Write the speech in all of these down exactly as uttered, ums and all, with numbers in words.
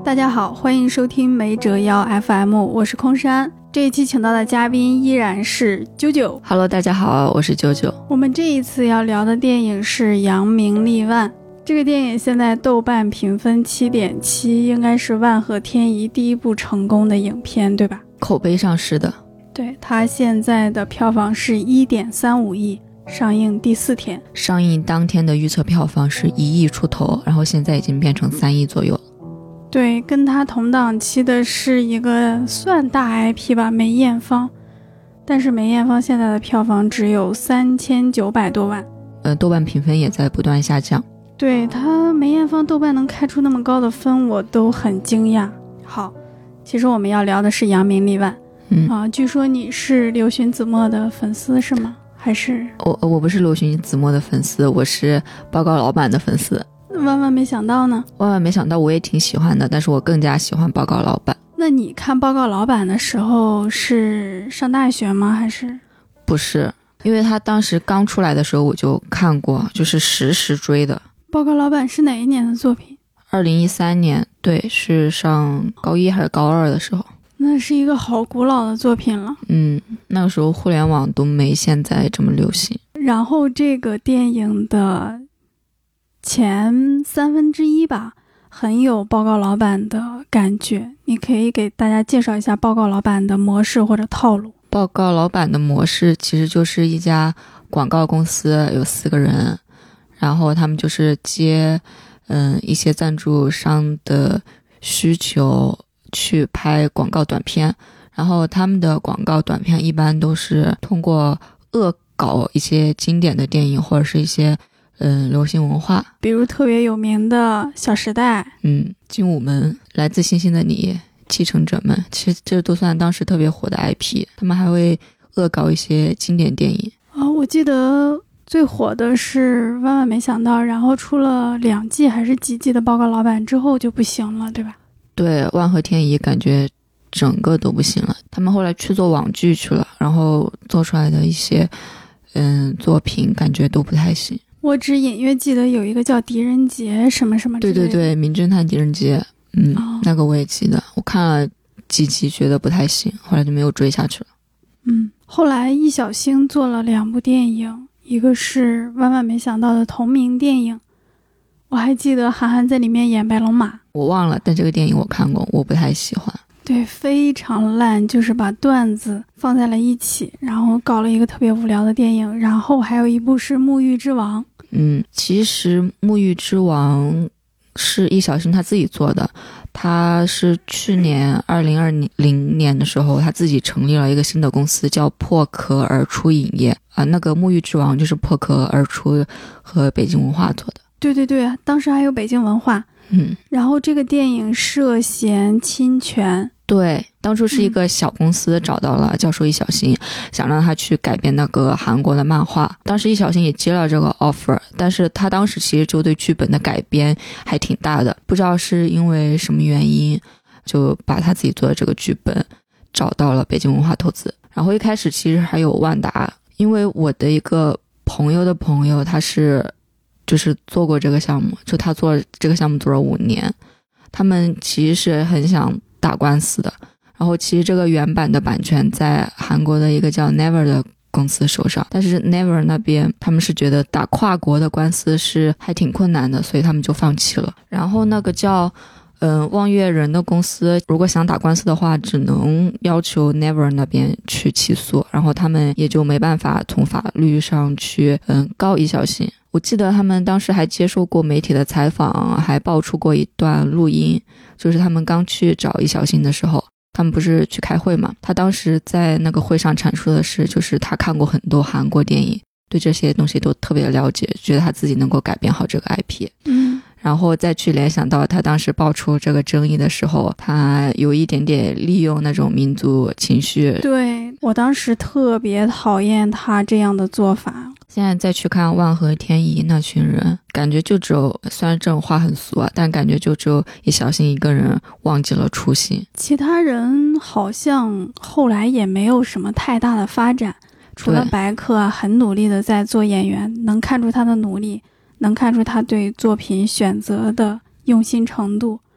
大家好，欢迎收听没折腰 F M， 我是空山。这一期请到的嘉宾依然是啾啾。 Hello， 大家好，我是啾啾。 我们这一次要聊的电影是《扬名立万》。这个电影现在豆瓣评分 七点七， 应该是万和天宜第一部成功的影片，对吧？ 口碑上是的。 对，它现在的票房是 一点三五亿，上映第四天， 上映当天的预测票房是一亿出头，然后现在已经变成三亿左右。 对，跟他同档期的是一个算大 I P 吧，梅艳芳，但是梅艳芳现在的票房只有三千九百多万， 呃，豆瓣评分也在不断下降。 对，他梅艳芳豆瓣能开出那么高的分，我都很惊讶。好，其实我们要聊的是扬名立万。 嗯啊，据说你是刘循子墨的粉丝是吗？还是我我不是刘循子墨的粉丝，我是报告老板的粉丝。 万万没想到呢？ 万万没想到，我也挺喜欢的，但是我更加喜欢报告老板。 那你看报告老板的时候是上大学吗？还是？ 不是，因为他当时刚出来的时候我就看过，就是实时追的。 报告老板是哪一年的作品？ 二零一三年，对，是上高一还是高二的时候。 那是一个好古老的作品了。 嗯，那个时候互联网都没现在这么流行。 然后这个电影的前三分之一吧，很有报告老板的感觉。你可以给大家介绍一下报告老板的模式或者套路。 报告老板的模式其实就是一家广告公司，有四个人，然后他们就是接嗯一些赞助商的需求去拍广告短片，然后他们的广告短片一般都是通过恶搞一些经典的电影或者是一些嗯流行文化， 比如特别有名的《小时代》， 嗯，精武门、来自星星的你、继承者们，其实这都算当时特别火的 I P。 他们还会恶搞一些经典电影啊、哦，我记得最火的是万万没想到，然后出了两季还是几季的报告老板之后就不行了，对吧？ 对，万和天宜感觉整个都不行了，他们后来去做网剧去了，然后做出来的一些嗯作品感觉都不太行。 我只隐约记得有一个叫狄仁杰什么什么之类的。 对对对，名侦探狄仁杰，嗯、哦，那个我也记得，我看了几集觉得不太行，后来就没有追下去了。 嗯，后来易小星做了两部电影，一个是万万没想到的同名电影，我还记得韩寒在里面演白龙马， 我忘了，但这个电影我看过，我不太喜欢。 对，非常烂，就是把段子放在了一起，然后搞了一个特别无聊的电影。然后还有一部是沐浴之王。 嗯，其实沐浴之王是易小星他自己做的，他是去年二零二零年的时候他自己成立了一个新的公司叫破壳而出影业啊、呃，那个沐浴之王就是破壳而出和北京文化做的。 对对对，当时还有北京文化。 嗯， 然后这个电影涉嫌侵权。 对，当初是一个小公司找到了教授易小星、嗯、想让他去改编那个韩国的漫画，当时易小星也接了这个 offer， 但是他当时其实就对剧本的改编还挺大的，不知道是因为什么原因，就把他自己做的这个剧本找到了北京文化投资。然后一开始其实还有万达，因为我的一个朋友的朋友他是就是做过这个项目，就他做这个项目做了五年，他们其实是很想打官司的。然后其实这个原版的版权在韩国的一个叫 Never 的公司手上，但是 Never 那边他们是觉得打跨国的官司是还挺困难的，所以他们就放弃了。然后那个叫嗯、呃、望月人的公司如果想打官司的话，只能要求 Never 那边去起诉，然后他们也就没办法从法律上去嗯告易小星。我记得他们当时还接受过媒体的采访，还爆出过一段录音，就是他们刚去找易小星的时候，他们不是去开会嘛，他当时在那个会上阐述的是，就是他看过很多韩国电影，对这些东西都特别了解，觉得他自己能够改编好这个 I P。 嗯， 然后再去联想到他当时爆出这个争议的时候，他有一点点利用那种民族情绪。 对，我当时特别讨厌他这样的做法。 现在再去看万和天宜那群人，感觉就只有，虽然这种话很俗啊，但感觉就只有易小星一个人忘记了初心， 其他人好像后来也没有什么太大的发展，除了白客啊很努力的在做演员，能看出他的努力，能看出他对作品选择的用心程度。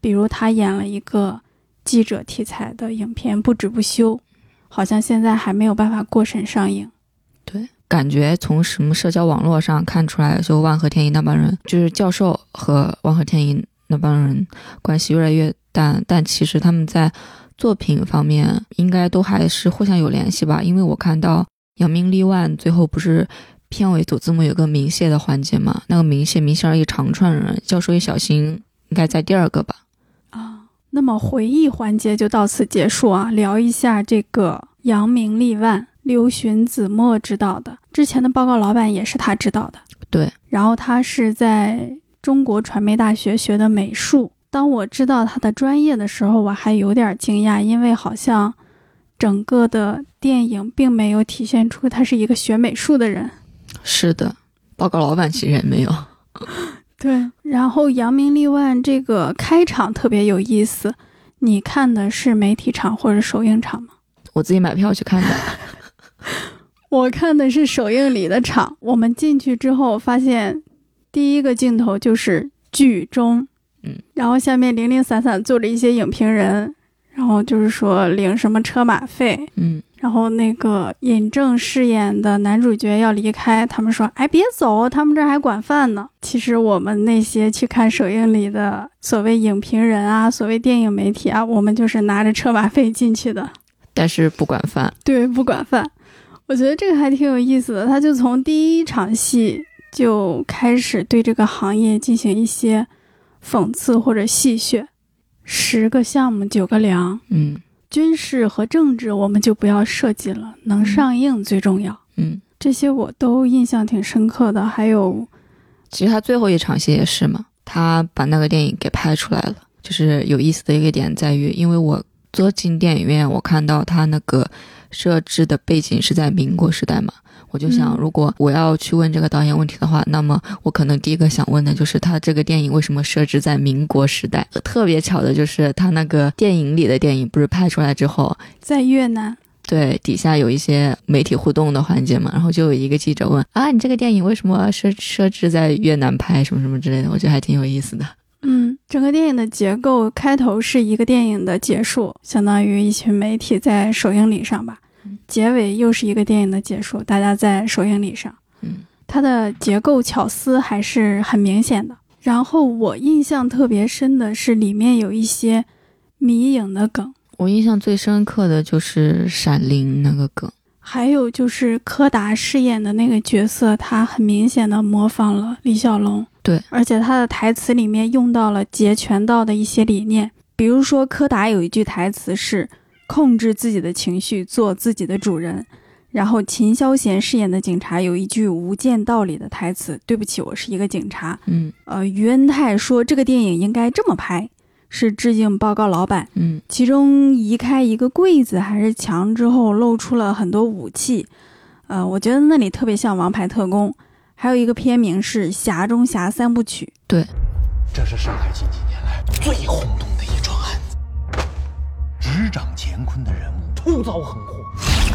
比如他演了一个记者题材的影片《不止不休》，好像现在还没有办法过审上映。 对，感觉从什么社交网络上看出来，就万和天宜那帮人，就是教授和万和天宜那帮人关系越来越淡，但其实他们在作品方面应该都还是互相有联系吧。因为我看到扬名立万最后不是片尾组字幕有个鸣谢的环节嘛，那个鸣谢鸣谢了一长串人，教授一小心应该在第二个吧。 啊，那么回忆环节就到此结束啊，聊一下这个扬名立万刘询子墨指导的，之前的报告老板也是他指导的。 对， 然后他是在中国传媒大学学的美术。当我知道他的专业的时候，我还有点惊讶，因为好像整个的电影并没有体现出他是一个学美术的人。 是的，报告老板其实也没有。 对，然后扬名立万这个开场特别有意思，你看的是媒体场或者首映场吗？ 我自己买票去看的。 我看的是首映礼的场。我们进去之后发现第一个镜头就是剧中， 嗯， 然后下面零零散散坐着一些影评人，然后就是说领什么车马费， 嗯， 然后那个尹正饰演的男主角要离开，他们说哎别走，他们这儿还管饭呢。其实我们那些去看首映礼的所谓影评人啊，所谓电影媒体啊，我们就是拿着车马费进去的， 但是不管饭。 对，不管饭。我觉得这个还挺有意思的，他就从第一场戏就开始对这个行业进行一些讽刺或者戏谑。十个项目九个粮， 嗯， 军事和政治我们就不要设计了，能上映最重要。 嗯， 这些我都印象挺深刻的。还有其实他最后一场戏也是嘛，他把那个电影给拍出来了。就是有意思的一个点在于，因为我坐进电影院，我看到他那个设置的背景是在民国时代嘛，我就想，如果我要去问这个导演问题的话，嗯、那么我可能第一个想问的就是他这个电影为什么设置在民国时代。特别巧的就是他那个电影里的电影不是拍出来之后在越南， 对，底下有一些媒体互动的环节嘛，然后就有一个记者问啊，你这个电影为什么设设置在越南拍什么什么之类的，我觉得还挺有意思的。 嗯，整个电影的结构，开头是一个电影的结束，相当于一群媒体在首映礼上吧，结尾又是一个电影的结束，大家在首映礼上。 嗯， 它的结构巧思还是很明显的。然后我印象特别深的是里面有一些迷影的梗， 我印象最深刻的就是闪灵那个梗， 还有就是柯达饰演的那个角色，他很明显的模仿了李小龙。 对， 而且他的台词里面用到了截拳道的一些理念，比如说柯达有一句台词是控制自己的情绪，做自己的主人。然后秦霄贤饰演的警察有一句无间道里的台词，对不起，我是一个警察。 嗯， 呃，于恩泰说这个电影应该这么拍，是致敬报告老板。 嗯， 其中移开一个柜子还是墙之后露出了很多武器，呃，我觉得那里特别像王牌特工。还有一个片名是侠中侠三部曲。 对， 这是上海近几年来最轰动的一桩案子，执掌乾坤的人物突遭横祸，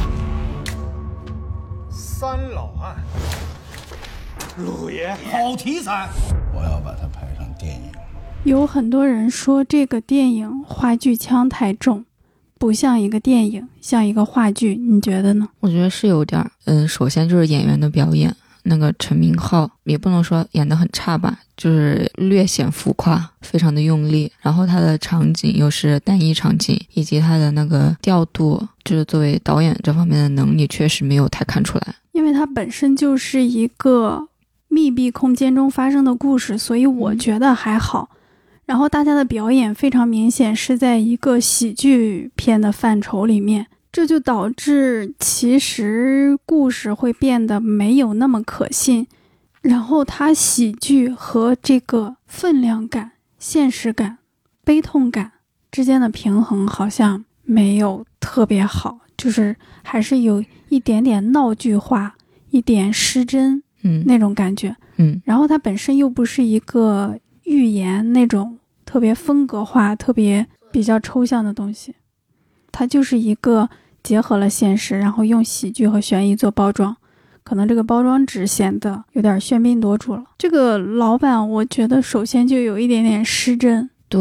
三老案，陆爷好题材， 我要把它拍成电影。 有很多人说这个电影话剧腔太重，不像一个电影，像一个话剧，你觉得呢？ 我觉得是有点，嗯，首先就是演员的表演，那个陈明昊也不能说演得很差吧，就是略显浮夸，非常的用力。然后他的场景又是单一场景，以及他的那个调度，就是作为导演这方面的能力确实没有太看出来。 因为它本身就是一个密闭空间中发生的故事，所以我觉得还好。然后大家的表演非常明显是在一个喜剧片的范畴里面，这就导致其实故事会变得没有那么可信，然后它喜剧和这个分量感、现实感、悲痛感之间的平衡好像没有特别好，就是还是有一点点闹剧化，一点失真， 嗯， 那种感觉， 嗯， 然后它本身又不是一个寓言那种特别风格化、特别比较抽象的东西，它就是一个结合了现实，然后用喜剧和悬疑做包装，可能这个包装纸显得有点喧宾夺主了。这个老板我觉得首先就有一点点失真， 对，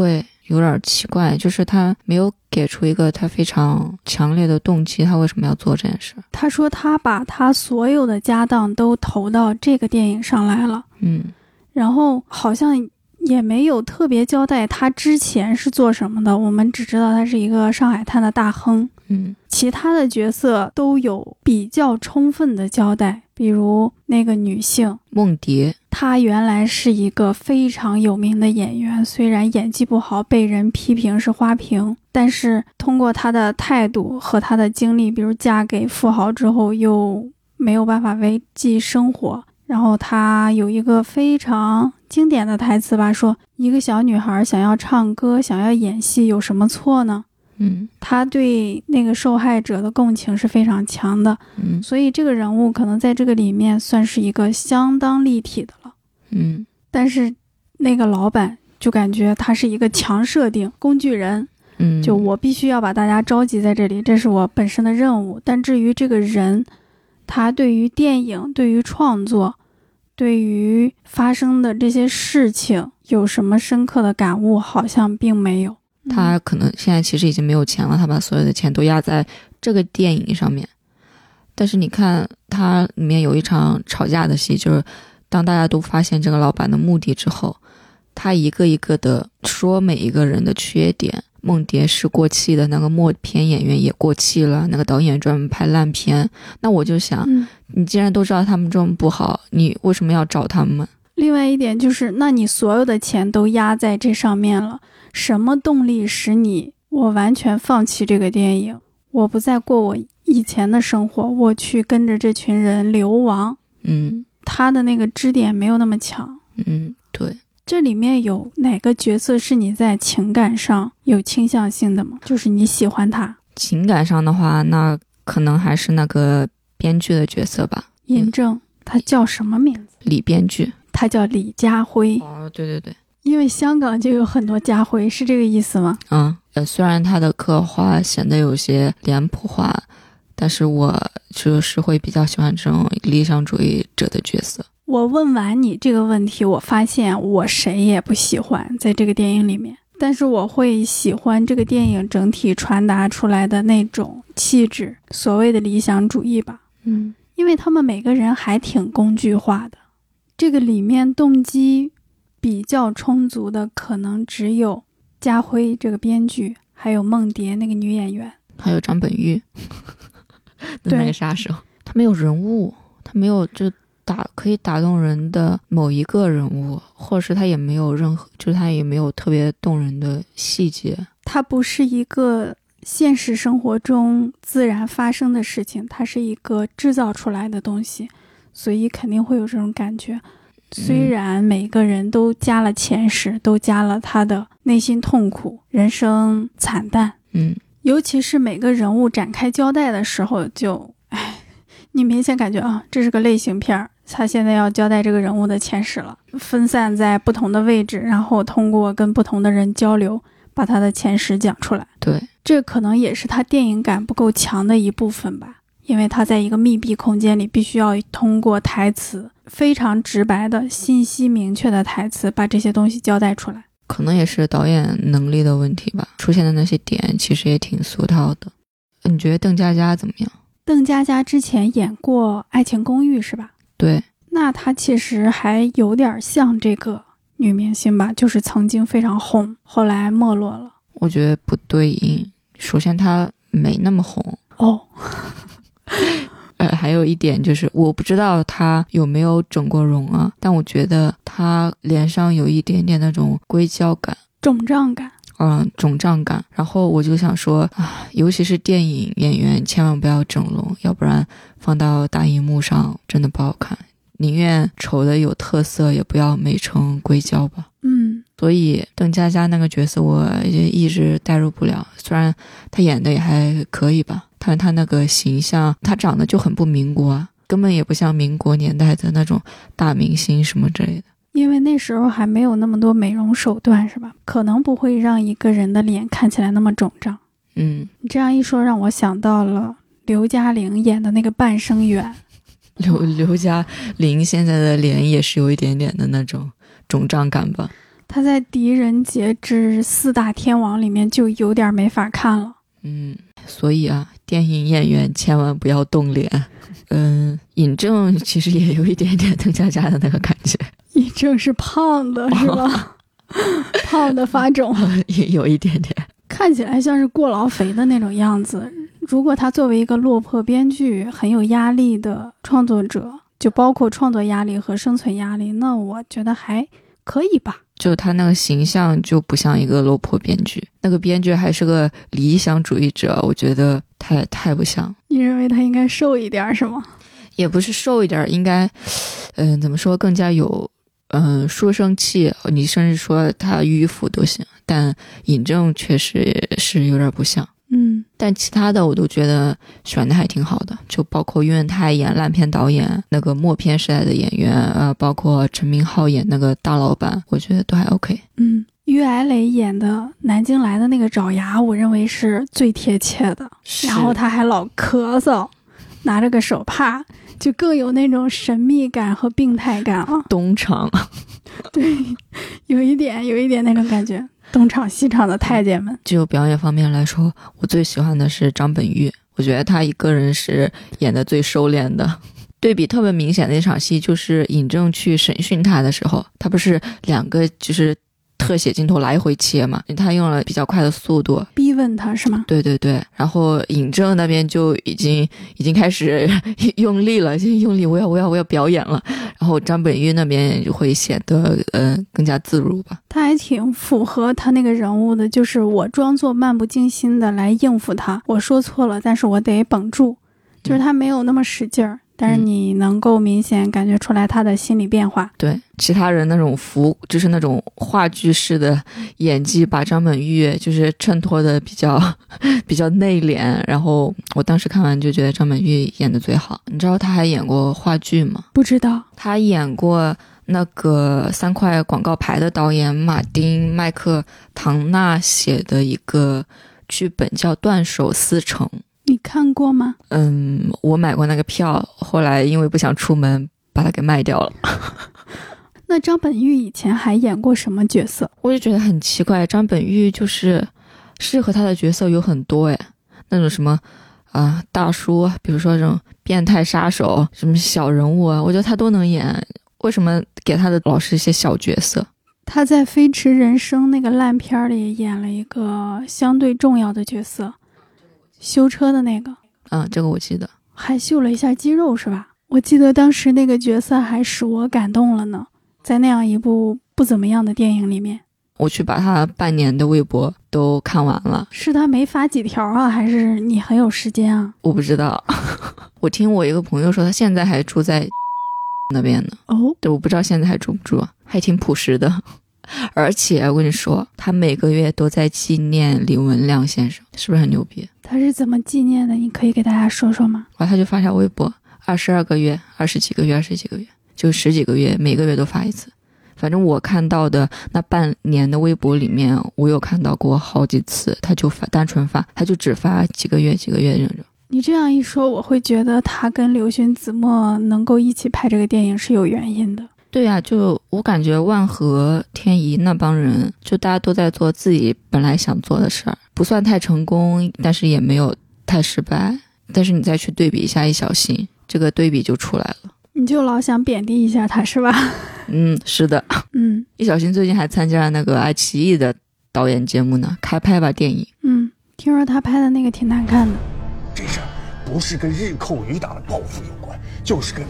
有点奇怪，就是他没有给出一个他非常强烈的动机，他为什么要做这件事。 他说他把他所有的家当都投到这个电影上来了， 嗯， 然后好像也没有特别交代他之前是做什么的，我们只知道他是一个上海滩的大亨。 嗯， 其他的角色都有比较充分的交代，比如那个女性梦蝶， 她原来是一个非常有名的演员，虽然演技不好，被人批评是花瓶，但是通过她的态度和她的经历，比如嫁给富豪之后又没有办法维系生活，然后她有一个非常经典的台词吧，说一个小女孩想要唱歌，想要演戏有什么错呢？ 嗯， 他对那个受害者的共情是非常强的， 嗯， 所以这个人物可能在这个里面算是一个相当立体的了。 嗯， 但是那个老板就感觉他是一个强设定工具人， 嗯， 就我必须要把大家召集在这里，这是我本身的任务。但至于这个人，他对于电影、对于创作、对于发生的这些事情有什么深刻的感悟，好像并没有。 他可能现在其实已经没有钱了，他把所有的钱都压在这个电影上面。但是你看他里面有一场吵架的戏，就是当大家都发现这个老板的目的之后，他一个一个的说每一个人的缺点。梦蝶是过气的，那个默片演员也过气了，那个导演专门拍烂片。那我就想、嗯、你既然都知道他们这么不好，你为什么要找他们？ 另外一点就是，那你所有的钱都压在这上面了，什么动力使你我完全放弃这个电影，我不再过我以前的生活，我去跟着这群人流亡？ 嗯， 他的那个支点没有那么强。 嗯，对。 这里面有哪个角色是你在情感上有倾向性的吗？就是你喜欢他。 情感上的话，那可能还是那个编剧的角色吧。 尹正，他叫什么名字？ 李编剧。 他叫李家辉。 哦，对对对。 因为香港就有很多家辉，是这个意思吗？ 嗯，呃，虽然他的刻画显得有些脸谱化，但是我就是会比较喜欢这种理想主义者的角色。 我问完你这个问题，我发现我谁也不喜欢在这个电影里面，但是我会喜欢这个电影整体传达出来的那种气质，所谓的理想主义吧。 嗯， 因为他们每个人还挺工具化的，这个里面动机比较充足的可能只有家辉这个编剧，还有梦蝶那个女演员， 还有张本煜那个杀手。他没有人物，他没有就打可以打动人的某一个人物，或者是他也没有任何，就是他也没有特别动人的细节。 他不是一个现实生活中自然发生的事情，它是一个制造出来的东西，所以肯定会有这种感觉。虽然每个人都加了前世，都加了他的内心痛苦，人生惨淡， 嗯， 尤其是每个人物展开交代的时候，就哎，你明显感觉啊，这是个类型片，他现在要交代这个人物的前世了，分散在不同的位置，然后通过跟不同的人交流，把他的前世讲出来。 对， 这可能也是他电影感不够强的一部分吧。因为他在一个密闭空间里，必须要通过台词非常直白的信息明确的台词把这些东西交代出来， 可能也是导演能力的问题吧。出现的那些点其实也挺俗套的。你觉得邓家佳怎么样？ 邓家佳之前演过《爱情公寓》是吧？ 对， 那她其实还有点像这个女明星吧，就是曾经非常红，后来没落了。 我觉得不对应，首先她没那么红哦。 呃，还有一点就是，我不知道他有没有整过容啊，但我觉得他脸上有一点点那种硅胶感、 肿胀感， 嗯，肿胀感。然后我就想说啊，尤其是电影演员，千万不要整容，要不然放到大荧幕上真的不好看。宁愿丑的有特色，也不要美成硅胶吧。 嗯， 所以邓家佳那个角色我也一直代入不了，虽然他演的也还可以吧，但他那个形象，他长得就很不民国啊，根本也不像民国年代的那种大明星什么之类的。 因为那时候还没有那么多美容手段是吧？可能不会让一个人的脸看起来那么肿胀。 嗯， 你这样一说让我想到了刘嘉玲演的那个半生缘。 刘刘嘉玲现在的脸也是有一点点的那种肿胀感吧。 他在《狄仁杰之四大天王》里面就有点没法看了。 嗯，所以啊，电影演员千万不要动脸。嗯，尹正其实也有一点点邓家佳的那个感觉。 尹正是胖的是吧？胖的发肿， 也有一点点， 看起来像是过劳肥的那种样子。如果他作为一个落魄编剧很有压力的创作者，就包括创作压力和生存压力，那我觉得还可以吧。 就他那个形象就不像一个落魄编剧，那个编剧还是个理想主义者，我觉得太太不像。 你认为他应该瘦一点是吗？ 也不是瘦一点，应该嗯、呃，怎么说，更加有嗯、呃、书生气，你甚至说他迂腐都行，但尹正确实是有点不像。 嗯， 但其他的我都觉得选的还挺好的，就包括岳云泰演烂片导演那个默片时代的演员，呃，包括陈明昊演那个大老板，我觉得都还 OK。 嗯，于艾磊演的南京来的那个爪牙，我认为是最贴切的。然后他还老咳嗽，拿着个手帕，就更有那种神秘感和病态感了。 东厂， 对，有一点，有一点那种感觉。东厂西厂的太监们。 就表演方面来说，我最喜欢的是张本煜，我觉得他一个人是演的最收敛的。对比特别明显的一场戏就是尹正去审讯他的时候，他不是两个就是特写镜头来回切嘛，他用了比较快的速度逼问他是吗？ 对对对，然后尹正那边就已经已经开始用力了，就用力我要我要我要表演了，然后张本煜那边就会显得呃更加自如吧。 他还挺符合他那个人物的，就是我装作漫不经心的来应付他，我说错了但是我得绷住，就是他没有那么使劲儿、嗯，但是你能够明显感觉出来他的心理变化。 对，其他人那种浮就是那种话剧式的演技，把张本煜就是衬托的比较比较内敛，然后我当时看完就觉得张本煜演的最好。你知道他还演过话剧吗？ 不知道。 他演过那个三块广告牌的导演马丁麦克唐纳写的一个剧本叫《断手思成》， 你看过吗？ 嗯，我买过那个票，后来因为不想出门把它给卖掉了。 那张本煜以前还演过什么角色？ 我就觉得很奇怪，张本煜就是适合他的角色有很多诶，那种什么啊、呃、大叔，比如说这种变态杀手，什么小人物啊，我觉得他都能演，为什么给他的老是一些小角色？ 他在《飞驰人生》那个烂片里演了一个相对重要的角色，修车的那个。 嗯，这个我记得。 还秀了一下肌肉是吧？我记得当时那个角色还使我感动了呢，在那样一部不怎么样的电影里面。 我去把他半年的微博都看完了。 是他没发几条啊，还是你很有时间啊？ 我不知道。我听我一个朋友说他现在还住在那边呢。 哦， 对，我不知道现在还住不住，还挺朴实的。而且我跟你说，他每个月都在纪念李文亮先生，是不是很牛逼？ 他是怎么纪念的？你可以给大家说说吗？ 然后他就发条微博，二十二个月，二十几个月，二十几个月，就十几个月，每个月都发一次。反正我看到的那半年的微博里面，我有看到过好几次，他就发单纯发，他就只发几个月几个月这种。 你这样一说，我会觉得他跟刘勋子墨能够一起拍这个电影是有原因的。 对呀、啊，就我感觉万和天宜那帮人，就大家都在做自己本来想做的事儿，不算太成功，但是也没有太失败。但是你再去对比一下易小星，这个对比就出来了。 你就老想贬低一下他是吧？ 嗯，是的。 嗯， 易小星最近还参加了那个爱奇艺的导演节目呢，开拍吧电影。 嗯，听说他拍的那个挺难看的。 这事儿不是跟日寇余党的报复有关，就是跟……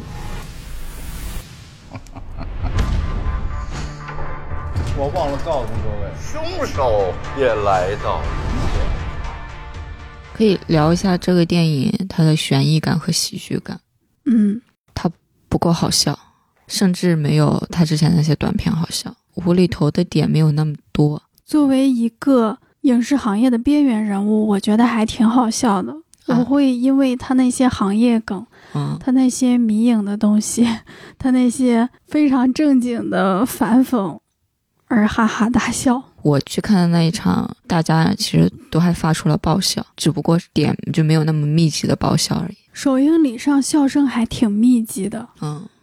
我忘了告诉各位， 凶手也来到了。 可以聊一下这个电影它的悬疑感和喜剧感。 嗯， 它不够好笑，甚至没有他之前那些短片好笑，无厘头的点没有那么多。 作为一个影视行业的边缘人物，我觉得还挺好笑的。 啊、 我会因为他那些行业梗， 嗯， 他那些迷影的东西，他那些非常正经的反讽而哈哈大笑。 我去看的那一场，大家其实都还发出了爆笑，只不过点就没有那么密集的爆笑而已。 首映礼上笑声还挺密集的。 嗯，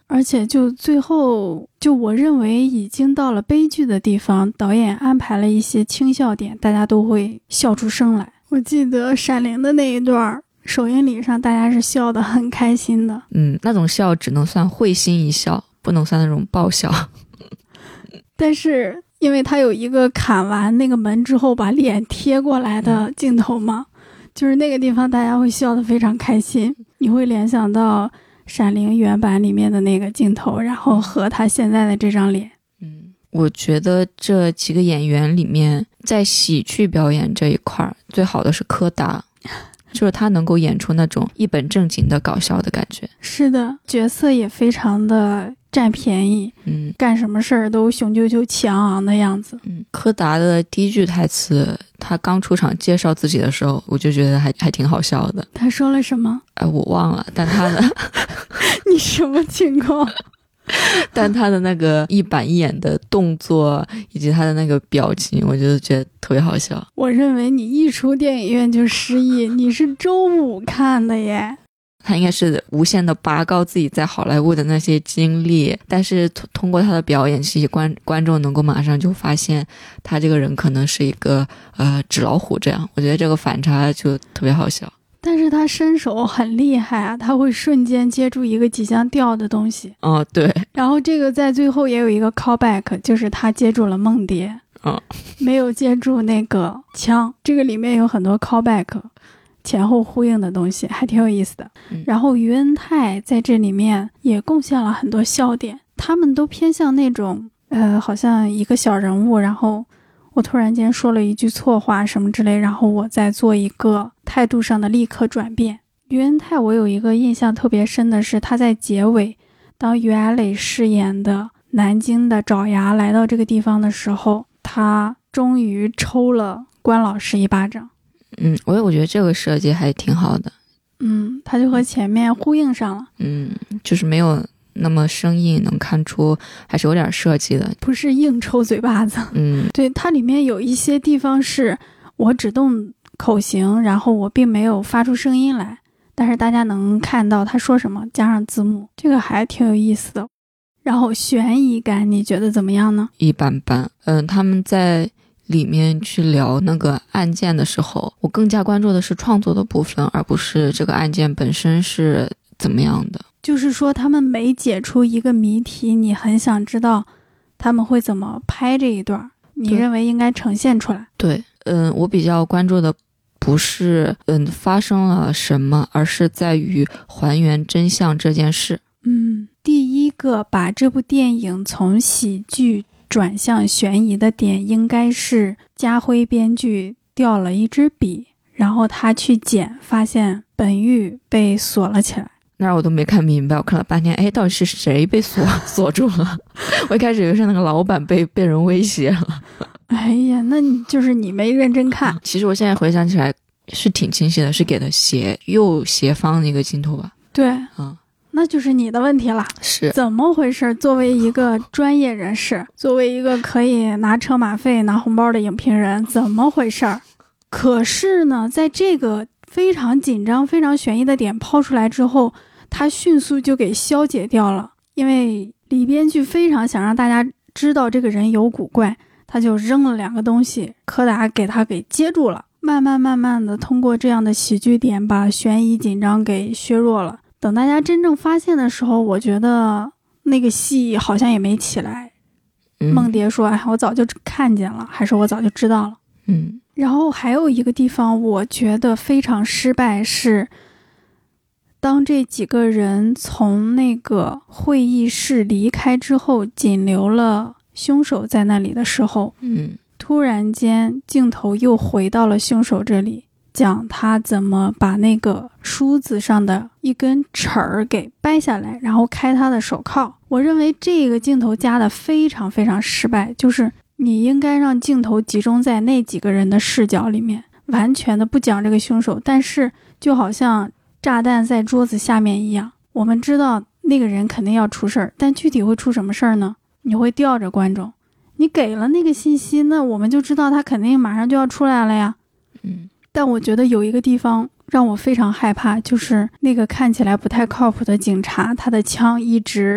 而且就最后，就我认为已经到了悲剧的地方，导演安排了一些轻笑点，大家都会笑出声来。我记得闪灵的那一段首映礼上，大家是笑得很开心的。 嗯，那种笑只能算会心一笑，不能算那种爆笑。 但是因为他有一个砍完那个门之后把脸贴过来的镜头嘛，就是那个地方大家会笑得非常开心，你会联想到闪灵原版里面的那个镜头，然后和他现在的这张脸。 嗯，我觉得这几个演员里面，在喜剧表演这一块最好的是柯达，就是他能够演出那种一本正经的搞笑的感觉。 是的，角色也非常的占便宜， 嗯， 干什么事儿都雄赳赳气昂昂的样子。 嗯，柯达的第一句台词，他刚出场介绍自己的时候，我就觉得还还挺好笑的。 他说了什么？ 哎，我忘了，但他的你什么情况？ 但他的那个一板一眼的动作以及他的那个表情，我就觉得特别好笑。 我认为你一出电影院就失忆，你是周五看的耶。 他应该是无限的拔高自己在好莱坞的那些经历，但是通过他的表演，其实观观众能够马上就发现他这个人可能是一个呃纸老虎这样。我觉得这个反差就特别好笑。 但是他身手很厉害啊，他会瞬间接住一个即将掉的东西。 哦，对。 然后这个在最后也有一个 callback， 就是他接住了梦蝶， 哦， 没有接住那个枪。这个里面有很多 callback， 前后呼应的东西，还挺有意思的。 嗯、 然后于恩泰在这里面也贡献了很多笑点，他们都偏向那种呃，好像一个小人物，然后我突然间说了一句错话什么之类，然后我再做一个态度上的立刻转变。于恩泰我有一个印象特别深的是，他在结尾当于艾磊饰演的南京的爪牙来到这个地方的时候，他终于抽了关老师一巴掌。 嗯，我我觉得这个设计还挺好的。 嗯，他就和前面呼应上了。 嗯，就是没有那么生硬，能看出还是有点设计的， 不是硬抽嘴巴子。 嗯， 对，它里面有一些地方是我只动口型，然后我并没有发出声音来，但是大家能看到他说什么，加上字幕，这个还挺有意思的。然后悬疑感你觉得怎么样呢？ 一般般。嗯，他们在里面去聊那个案件的时候，我更加关注的是创作的部分，而不是这个案件本身是怎么样的。 就是说他们每解出一个谜题，你很想知道他们会怎么拍这一段，你认为应该呈现出来。 对，嗯，我比较关注的不是嗯发生了什么，而是在于还原真相这件事。 嗯，第一个把这部电影从喜剧转向悬疑的点，应该是家辉编剧掉了一支笔，然后他去捡，发现本狱被锁了起来。 那我都没看明白，我看了半天，哎，到底是谁被锁锁住了？我一开始以为是那个老板被被人威胁了。 哎呀，那你就是你没认真看。 其实我现在回想起来是挺清晰的，是给的斜右斜方的一个镜头吧？ 对， 嗯， 那就是你的问题了。 是怎么回事？作为一个专业人士，作为一个可以拿车马费拿红包的影评人，怎么回事？可是呢，在这个非常紧张非常悬疑的点抛出来之后，他迅速就给消解掉了。因为李编剧非常想让大家知道这个人有古怪，他就扔了两个东西，柯达给他给接住了，慢慢慢慢的通过这样的喜剧点把悬疑紧张给削弱了。等大家真正发现的时候，我觉得那个戏好像也没起来。 嗯、 梦蝶说，哎，我早就看见了，还是我早就知道了。 嗯， 然后还有一个地方我觉得非常失败，是当这几个人从那个会议室离开之后，仅留了凶手在那里的时候， 嗯， 突然间镜头又回到了凶手这里，讲他怎么把那个梳子上的一根齿儿给掰下来，然后开他的手铐。我认为这个镜头加的非常非常失败，就是你应该让镜头集中在那几个人的视角里面，完全的不讲这个凶手，但是就好像炸弹在桌子下面一样，我们知道那个人肯定要出事儿，但具体会出什么事儿呢？你会吊着观众，你给了那个信息，那我们就知道他肯定马上就要出来了呀。 嗯， 但我觉得有一个地方让我非常害怕，就是那个看起来不太靠谱的警察，他的枪一直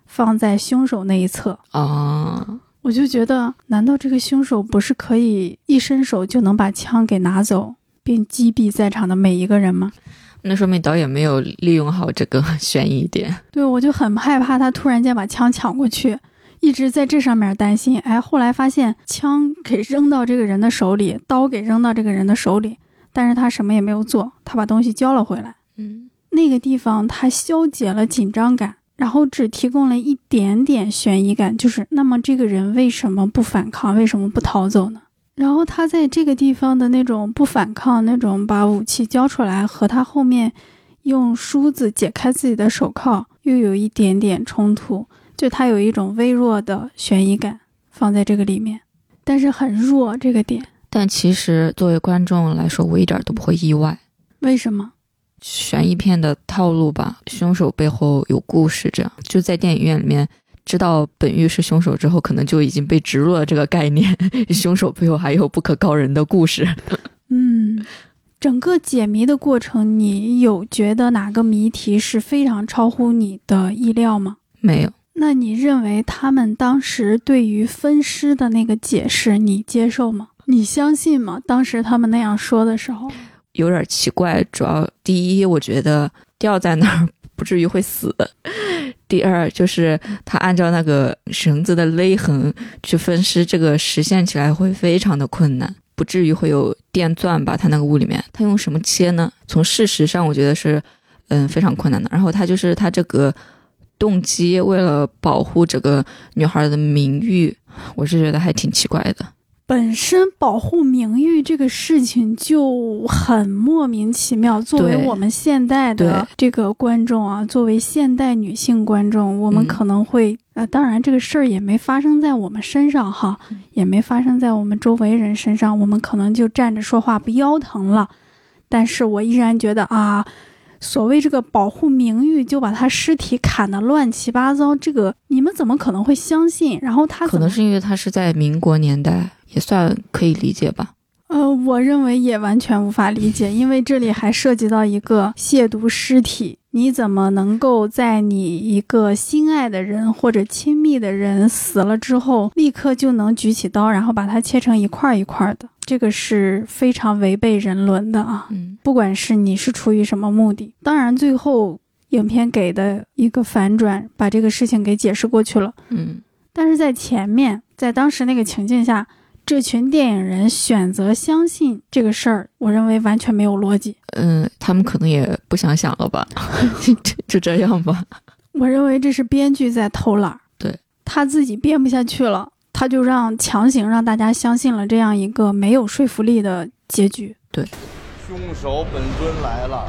放在凶手那一侧啊。 我就觉得，难道这个凶手不是可以一伸手就能把枪给拿走，并击毙在场的每一个人吗？ 那说明导演没有利用好这个悬疑点。 对，我就很害怕他突然间把枪抢过去，一直在这上面担心。哎，后来发现枪给扔到这个人的手里，刀给扔到这个人的手里，但是他什么也没有做，他把东西交了回来。 嗯， 那个地方他消解了紧张感，然后只提供了一点点悬疑感，就是那么这个人为什么不反抗，为什么不逃走呢？然后他在这个地方的那种不反抗，那种把武器交出来，和他后面用梳子解开自己的手铐又有一点点冲突，就他有一种微弱的悬疑感放在这个里面，但是很弱这个点。 但其实作为观众来说，我一点都不会意外。 为什么？ 悬疑片的套路吧，凶手背后有故事，这样就在电影院里面知道本狱是凶手之后，可能就已经被植入了这个概念，凶手背后还有不可告人的故事。 嗯，整个解谜的过程，你有觉得哪个谜题是非常超乎你的意料吗？ 没有。 那你认为他们当时对于分尸的那个解释你接受吗？你相信吗？当时他们那样说的时候有点奇怪，主要第一我觉得吊在那儿不至于会死，第二就是他按照那个绳子的勒痕去分尸，这个实现起来会非常的困难，不至于会有电钻吧，他那个屋里面他用什么切呢？从事实上我觉得是嗯非常困难的。然后他就是他这个动机为了保护这个女孩的名誉，我是觉得还挺奇怪的。 本身保护名誉这个事情就很莫名其妙，作为我们现代的这个观众啊，作为现代女性观众，我们可能会、嗯、呃，当然这个事儿也没发生在我们身上哈、嗯，也没发生在我们周围人身上，我们可能就站着说话不腰疼了。但是我依然觉得啊，所谓这个保护名誉，就把他尸体砍得乱七八糟，这个你们怎么可能会相信？然后他可能是因为他是在民国年代，也算可以理解吧。 呃，我认为也完全无法理解，因为这里还涉及到一个亵渎尸体，你怎么能够在你一个心爱的人或者亲密的人死了之后，立刻就能举起刀，然后把它切成一块一块的？这个是非常违背人伦的啊！ 嗯， 不管是你是出于什么目的，当然最后影片给的一个反转，把这个事情给解释过去了。 嗯， 但是在前面，在当时那个情境下，这群电影人选择相信这个事儿，我认为完全没有逻辑。 嗯，他们可能也不想想了吧，就这样吧。 我认为这是编剧在偷懒， 对， 他自己编不下去了，他就让强行让大家相信了这样一个没有说服力的结局。 对， 凶手本尊来了，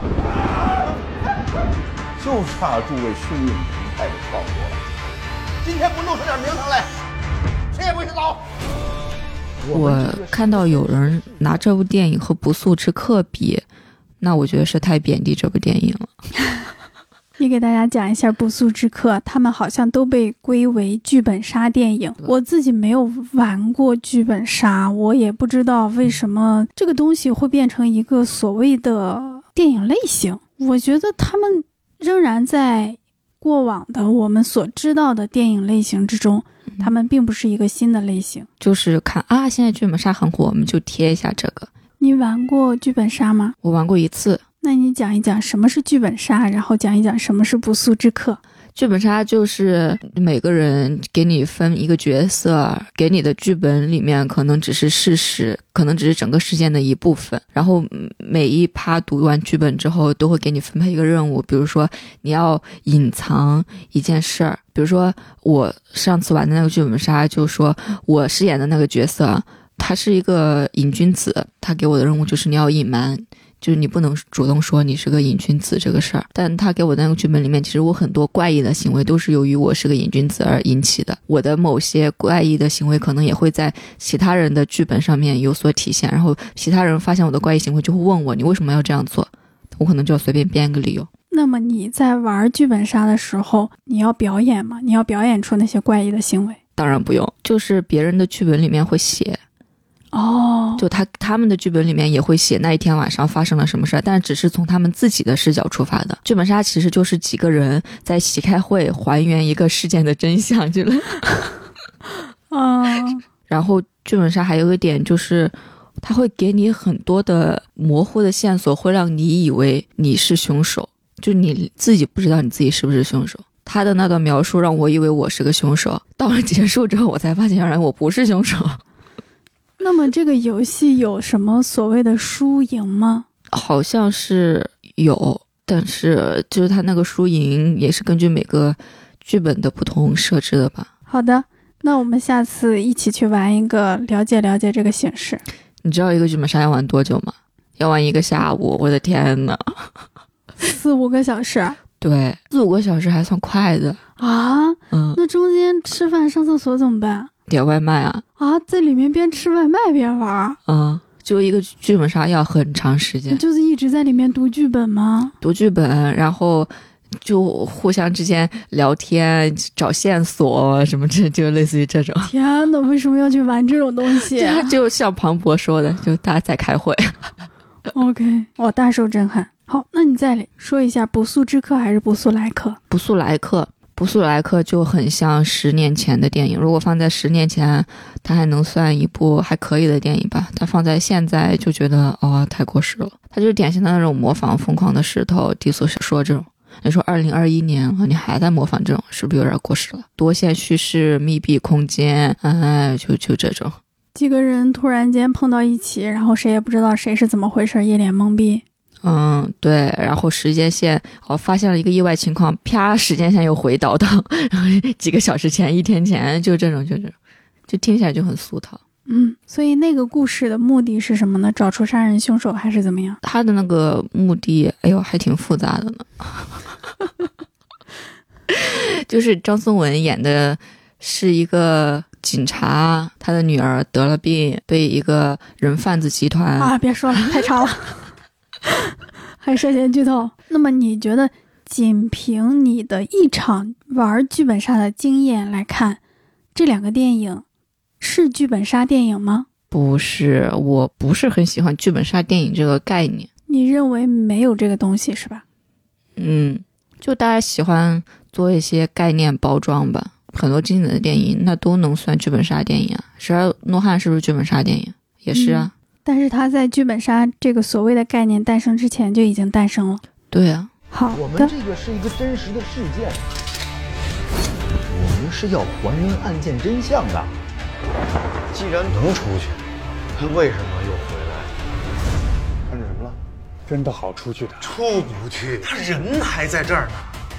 就差诸位兄弟太的报国了。 今天不弄出点名堂来，谁也不许走。 我看到有人拿这部电影和《不速之客》比，那我觉得是太贬低这部电影了。 你给大家讲一下《不速之客》，他们好像都被归为剧本杀电影。我自己没有玩过剧本杀，我也不知道为什么这个东西会变成一个所谓的电影类型。我觉得他们仍然在过往的我们所知道的电影类型之中，他们并不是一个新的类型。 就是看啊，现在剧本杀很火，我们就贴一下这个。 你玩过剧本杀吗？ 我玩过一次。 那你讲一讲什么是剧本杀，然后讲一讲什么是不速之客。 剧本杀就是每个人给你分一个角色，给你的剧本里面可能只是事实，可能只是整个事件的一部分，然后每一趴读完剧本之后都会给你分配一个任务，比如说你要隐藏一件事儿，比如说我上次玩的那个剧本杀，就说我饰演的那个角色他是一个瘾君子，他给我的任务就是你要隐瞒，就是你不能主动说你是个瘾君子这个事儿。但他给我的那个剧本里面，其实我很多怪异的行为都是由于我是个瘾君子而引起的，我的某些怪异的行为可能也会在其他人的剧本上面有所体现，然后其他人发现我的怪异行为就会问我你为什么要这样做，我可能就要随便编一个理由。 那么你在玩剧本杀的时候，你要表演吗？你要表演出那些怪异的行为？ 当然不用，就是别人的剧本里面会写。 哦， 就他他们的剧本里面也会写那一天晚上发生了什么事，但只是从他们自己的视角出发的。剧本杀其实就是几个人在一起开会，还原一个事件的真相之类。 嗯， 然后剧本杀还有一个点就是，它会给你很多的模糊的线索，会让你以为你是凶手，就你自己不知道你自己是不是凶手。他的那段描述让我以为我是个凶手，到了结束之后我才发现原来我不是凶手。 那么这个游戏有什么所谓的输赢吗？ 好像是有，但是就是他那个输赢也是根据每个剧本的不同设置的吧。 好的，那我们下次一起去玩一个，了解了解这个形式。 你知道一个剧本杀要玩多久吗？要玩一个下午，我的天哪， 四五个小时。 对，四五个小时还算快的啊。 嗯， 那中间吃饭上厕所怎么办？ 点外卖啊。 啊，在里面边吃外卖边玩。 嗯，就一个剧本杀要很长时间。 就是一直在里面读剧本吗？ 读剧本，然后就互相之间聊天找线索什么，这就类似于这种。 天哪，为什么要去玩这种东西啊？ 就就像庞博说的，就大家在开会。 OK， 我大受震撼。好，那你再说一下不速之客还是不速来客？ 不速来客，不速来客就很像十年前的电影，如果放在十年前它还能算一部还可以的电影吧，它放在现在就觉得哦太过时了。它就是典型的那种模仿疯狂的石头低俗小说这种。你说二零二一年了，你还在模仿这种，是不是有点过时了？多线叙事、密闭空间，哎，就就这种。 几个人突然间碰到一起，然后谁也不知道谁是怎么回事，一脸懵逼。 嗯，对，然后时间线，哦，发现了一个意外情况，啪，时间线又回倒到然后几个小时前、一天前，就这种，就这种，就听起来就很俗套。 嗯，所以那个故事的目的是什么呢？找出杀人凶手还是怎么样？ 他的那个目的，哎呦，还挺复杂的呢。就是张颂文演的是一个警察，他的女儿得了病，被一个人贩子集团啊，别说了，太长了。还涉嫌剧透。那么你觉得仅凭你的一场玩剧本杀的经验来看，这两个电影是剧本杀电影吗？ 不是，我不是很喜欢剧本杀电影这个概念。 你认为没有这个东西是吧？ 嗯，就大家喜欢做一些概念包装吧，很多经典的电影那都能算剧本杀电影啊。十二怒汉是不是剧本杀电影？也是啊。嗯， 但是它在剧本杀这个所谓的概念诞生之前就已经诞生了。 对啊。 好的， 我们这个是一个真实的事件，我们是要还原案件真相的。 既然能出去，他为什么又回来？看见什么了？ 真的好出去的？ 出不去，他人还在这儿呢。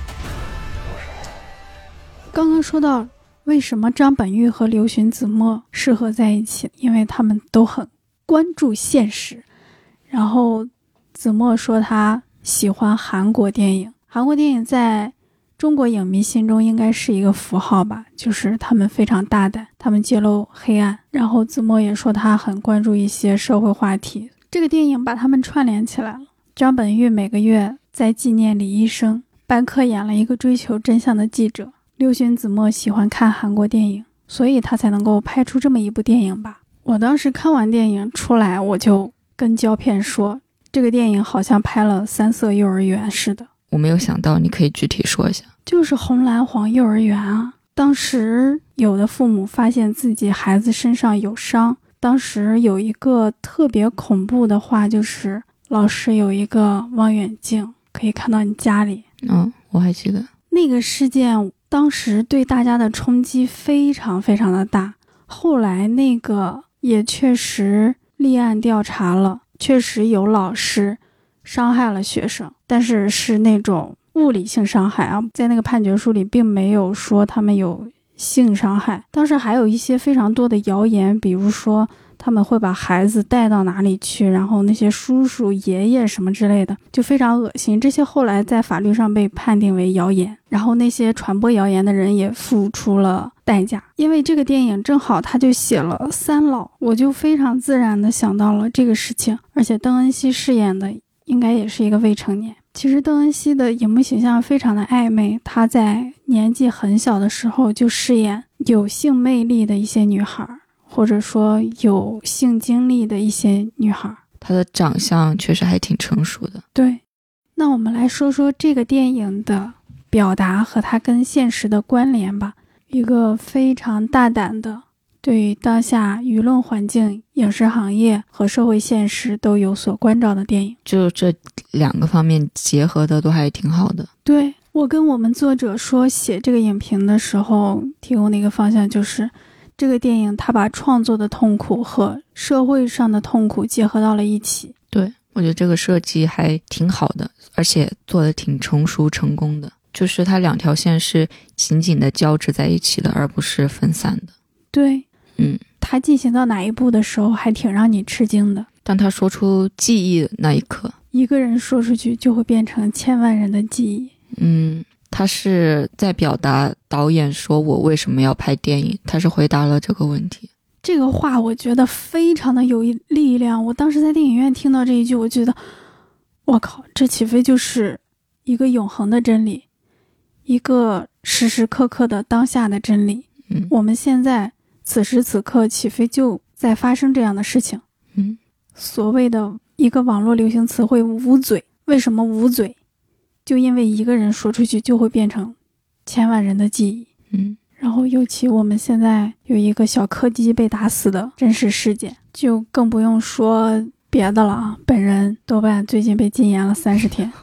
刚刚说到为什么张本煜和刘询子墨适合在一起，因为他们都很关注现实。然后子墨说他喜欢韩国电影，韩国电影在中国影迷心中应该是一个符号吧，就是他们非常大胆，他们揭露黑暗。然后子墨也说他很关注一些社会话题，这个电影把他们串联起来了。张本煜每个月在纪念李医生，白客演了一个追求真相的记者，刘询子墨喜欢看韩国电影，所以他才能够拍出这么一部电影吧。我当时看完电影出来，我就跟胶片说，这个电影好像拍了三色幼儿园似的。 我没有想到，你可以具体说一下。 就是红蓝黄幼儿园啊。当时有的父母发现自己孩子身上有伤，当时有一个特别恐怖的话，就是老师有一个望远镜可以看到你家里。 嗯，我还记得那个事件当时对大家的冲击非常非常的大，后来那个也确实立案调查了，确实有老师伤害了学生，但是是那种物理性伤害啊，在那个判决书里并没有说他们有性伤害。当时还有一些非常多的谣言，比如说他们会把孩子带到哪里去，然后那些叔叔爷爷什么之类的，就非常恶心。这些后来在法律上被判定为谣言，然后那些传播谣言的人也付出了代价。因为这个电影正好他就写了三老，我就非常自然的想到了这个事情。而且邓恩熙饰演的应该也是一个未成年。其实邓恩熙的荧幕形象非常的暧昧，她在年纪很小的时候就饰演有性魅力的一些女孩， 或者说有性经历的一些女孩。 她的长相确实还挺成熟的。 对，那我们来说说这个电影的表达和它跟现实的关联吧。一个非常大胆的对于当下舆论环境、影视行业和社会现实都有所关照的电影， 就这两个方面结合的都还挺好的。 对，我跟我们作者说写这个影评的时候提供的一个方向就是这个电影它把创作的痛苦和社会上的痛苦结合到了一起。 对，我觉得这个设计还挺好的，而且做的挺成熟成功的，就是它两条线是紧紧的交织在一起的，而不是分散的。 对， 嗯， 它进行到哪一步的时候还挺让你吃惊的。 当他说出记忆的那一刻， 一个人说出去就会变成千万人的记忆。 嗯，他是在表达导演说我为什么要拍电影，他是回答了这个问题。 这个话我觉得非常的有力量，我当时在电影院听到这一句，我觉得我靠，这岂非就是一个永恒的真理，一个时时刻刻的当下的真理。 嗯， 我们现在此时此刻岂非就在发生这样的事情。 嗯， 所谓的一个网络流行词汇捂嘴，为什么捂嘴？就因为一个人说出去就会变成千万人的记忆。 嗯， 然后尤其我们现在有一个小柯基被打死的真实事件，就更不用说别的了啊。本人豆瓣最近被禁言了三十天。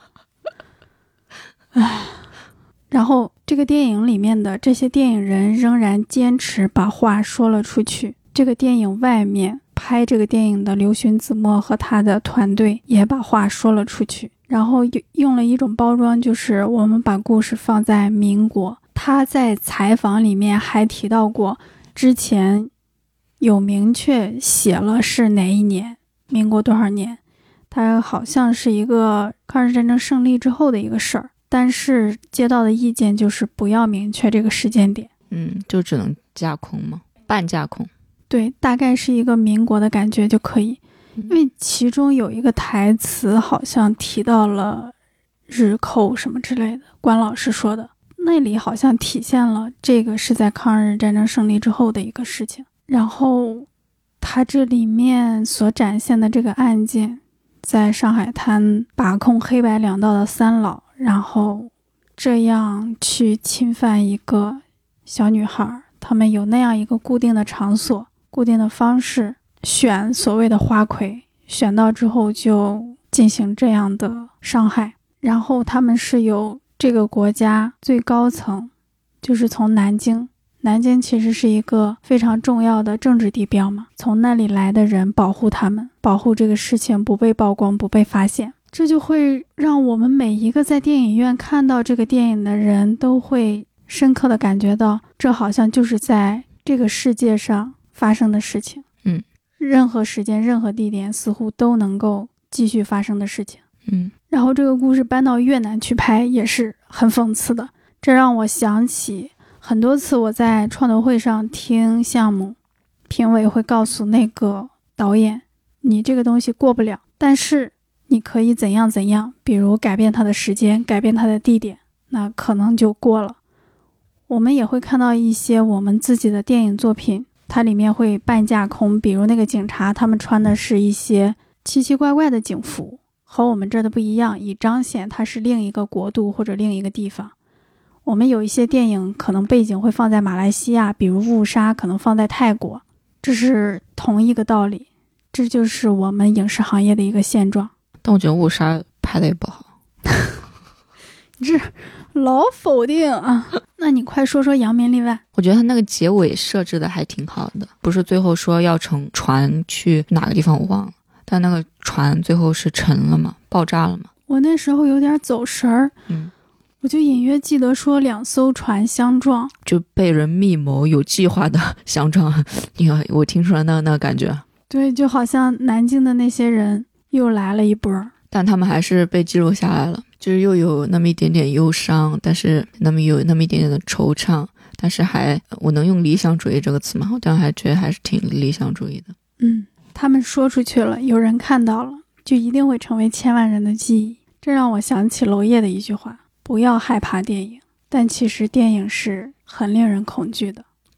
唉，然后这个电影里面的这些电影人仍然坚持把话说了出去。这个电影外面拍这个电影的刘勋子墨和他的团队也把话说了出去，然后用了一种包装，就是我们把故事放在民国。他在采访里面还提到过，之前有明确写了是哪一年，民国多少年，他好像是一个抗日战争胜利之后的一个事儿，但是接到的意见就是不要明确这个时间点。 嗯，就只能架空吗？半架空。 对，大概是一个民国的感觉就可以。因为其中有一个台词好像提到了日寇什么之类的，关老师说的，那里好像体现了这个是在抗日战争胜利之后的一个事情。然后他这里面所展现的这个案件，在上海滩把控黑白两道的三老，然后这样去侵犯一个小女孩，他们有那样一个固定的场所、固定的方式，选所谓的花魁，选到之后就进行这样的伤害。然后他们是由这个国家最高层，就是从南京，南京其实是一个非常重要的政治地标嘛，从那里来的人保护他们，保护这个事情不被曝光、不被发现。这就会让我们每一个在电影院看到这个电影的人都会深刻的感觉到，这好像就是在这个世界上发生的事情。 嗯， 任何时间、任何地点似乎都能够继续发生的事情。 嗯， 然后这个故事搬到越南去拍也是很讽刺的，这让我想起很多次我在创投会上听项目评委会告诉那个导演，你这个东西过不了，但是你可以怎样怎样，比如改变它的时间，改变它的地点，那可能就过了。我们也会看到一些我们自己的电影作品，它里面会半架空，比如那个警察他们穿的是一些奇奇怪怪的警服，和我们这的不一样，以彰显它是另一个国度或者另一个地方。我们有一些电影可能背景会放在马来西亚，比如误杀可能放在泰国，这是同一个道理，这就是我们影视行业的一个现状。 但我觉得误杀拍的也不好。 这老否定啊！那你快说说扬名立万。 我觉得他那个结尾设置的还挺好的，不是最后说要乘船去哪个地方我忘了，但那个船最后是沉了嘛，爆炸了嘛。 我那时候有点走神儿， 嗯， 我就隐约记得说两艘船相撞， 就被人密谋有计划的相撞。你看我听出来那那个感觉。 对，就好像南京的那些人又来了一波， 但他们还是被记录下来了，就是又有那么一点点忧伤，但是那么有那么一点点的惆怅，但是还我能用理想主义这个词吗？我当然还觉得还是挺理想主义的。 嗯，他们说出去了，有人看到了，就一定会成为千万人的记忆。这让我想起娄烨的一句话，不要害怕电影，但其实电影是很令人恐惧的。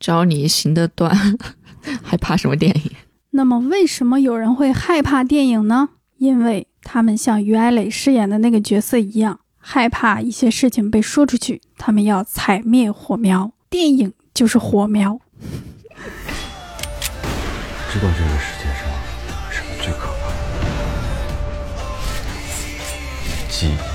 只要你行得端，还怕什么电影？ 那么为什么有人会害怕电影呢？因为他们像于爱磊饰演的那个角色一样，害怕一些事情被说出去，他们要踩灭火苗。电影就是火苗。 知道这个世界上什么最可怕？记忆。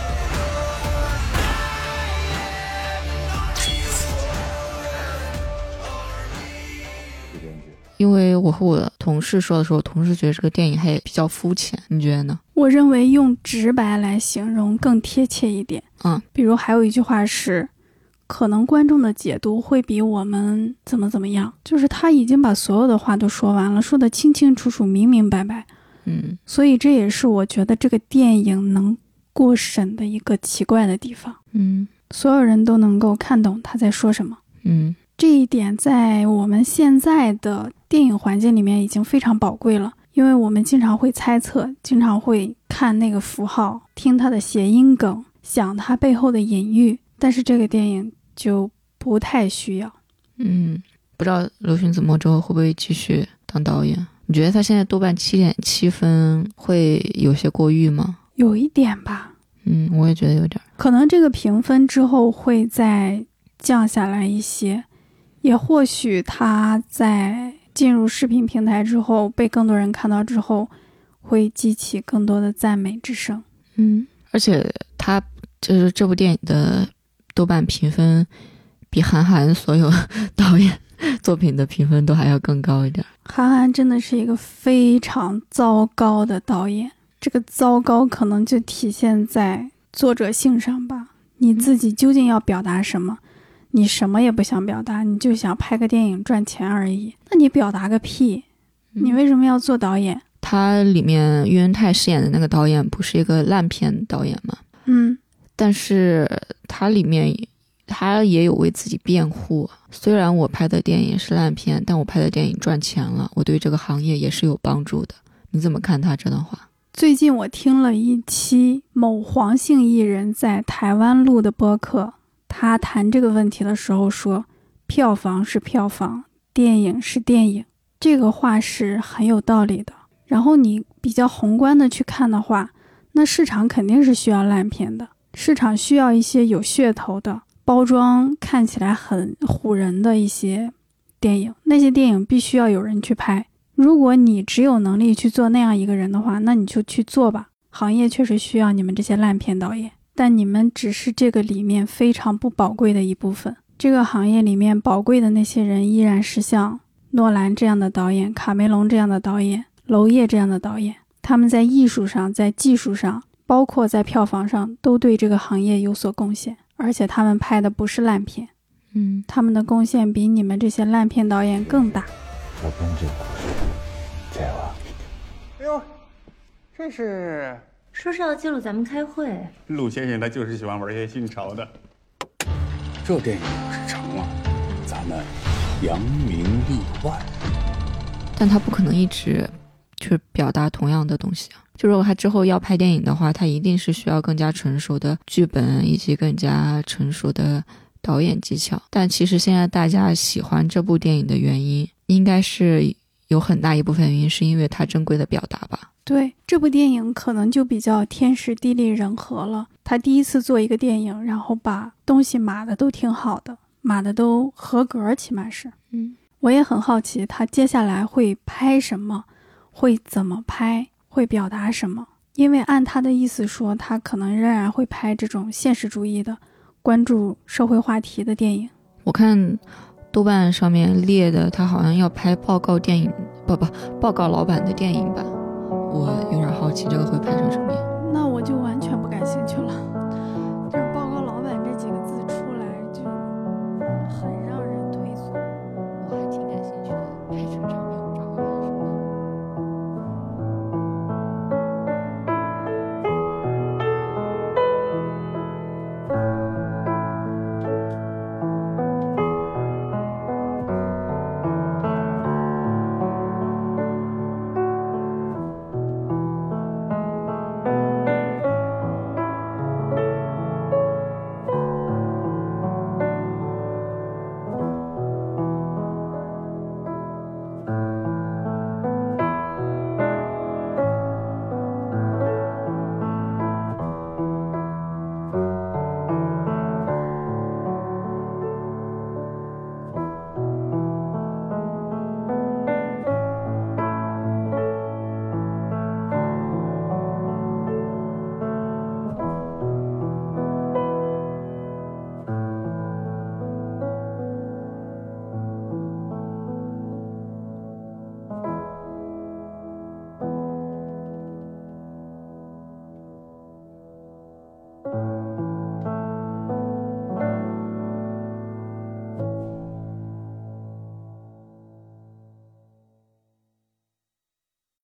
因为我和我的同事说的时候，同事觉得这个电影还比较肤浅，你觉得呢？ 我认为用直白来形容更贴切一点。 嗯， 比如还有一句话是，可能观众的解读会比我们怎么怎么样，就是他已经把所有的话都说完了，说得清清楚楚明明白白。 嗯， 所以这也是我觉得这个电影能过审的一个奇怪的地方。 嗯， 所有人都能够看懂他在说什么。 嗯， 这一点在我们现在的电影环境里面已经非常宝贵了，因为我们经常会猜测，经常会看那个符号，听它的谐音梗，想它背后的隐喻，但是这个电影就不太需要。 嗯，不知道刘勋子墨之后会不会继续当导演？你觉得他现在豆瓣七点七分会有些过誉吗？ 有一点吧。 嗯，我也觉得有点。 可能这个评分之后会再降下来一些，也或许他在进入视频平台之后，被更多人看到之后，会激起更多的赞美之声。 嗯，而且他就是这部电影的豆瓣评分比韩寒所有导演作品的评分都还要更高一点。 韩寒真的是一个非常糟糕的导演，这个糟糕可能就体现在作者性上吧。你自己究竟要表达什么？你什么也不想表达，你就想拍个电影赚钱而已，那你表达个屁？你为什么要做导演？ 他里面喻恩泰饰演的那个导演不是一个烂片导演吗？ 嗯， 但是他里面他也有为自己辩护，虽然我拍的电影是烂片，但我拍的电影赚钱了，我对这个行业也是有帮助的。你怎么看他这段话？ 最近我听了一期某黄姓艺人在台湾录的播客，他谈这个问题的时候说，票房是票房，电影是电影，这个话是很有道理的。然后你比较宏观的去看的话，那市场肯定是需要烂片的，市场需要一些有噱头的，包装看起来很唬人的一些电影，那些电影必须要有人去拍。如果你只有能力去做那样一个人的话，那你就去做吧。行业确实需要你们这些烂片导演，但你们只是这个里面非常不宝贵的一部分。这个行业里面宝贵的那些人依然是像诺兰这样的导演，卡梅隆这样的导演，娄烨这样的导演，他们在艺术上，在技术上，包括在票房上，都对这个行业有所贡献，而且他们拍的不是烂片。 嗯， 他们的贡献比你们这些烂片导演更大。 我编这个故事，这个。 哎呦，这是说是要记录咱们开会。 陆先生他就是喜欢玩些新潮的。 这电影要是成了，咱们扬名立万。 但他不可能一直去表达同样的东西啊。就如果他之后要拍电影的话，他一定是需要更加成熟的剧本以及更加成熟的导演技巧。但其实现在大家喜欢这部电影的原因，应该是有很大一部分原因是因为它珍贵的表达吧。 对，这部电影可能就比较天时地利人和了。他第一次做一个电影，然后把东西码的都挺好的，码的都合格，起码是。 嗯， 我也很好奇他接下来会拍什么，会怎么拍，会表达什么。因为按他的意思说，他可能仍然会拍这种现实主义的关注社会话题的电影。 我看豆瓣上面列的他好像要拍报告电影，不不报告老板的电影版，我有点好奇这个会拍成什么样。 那我就完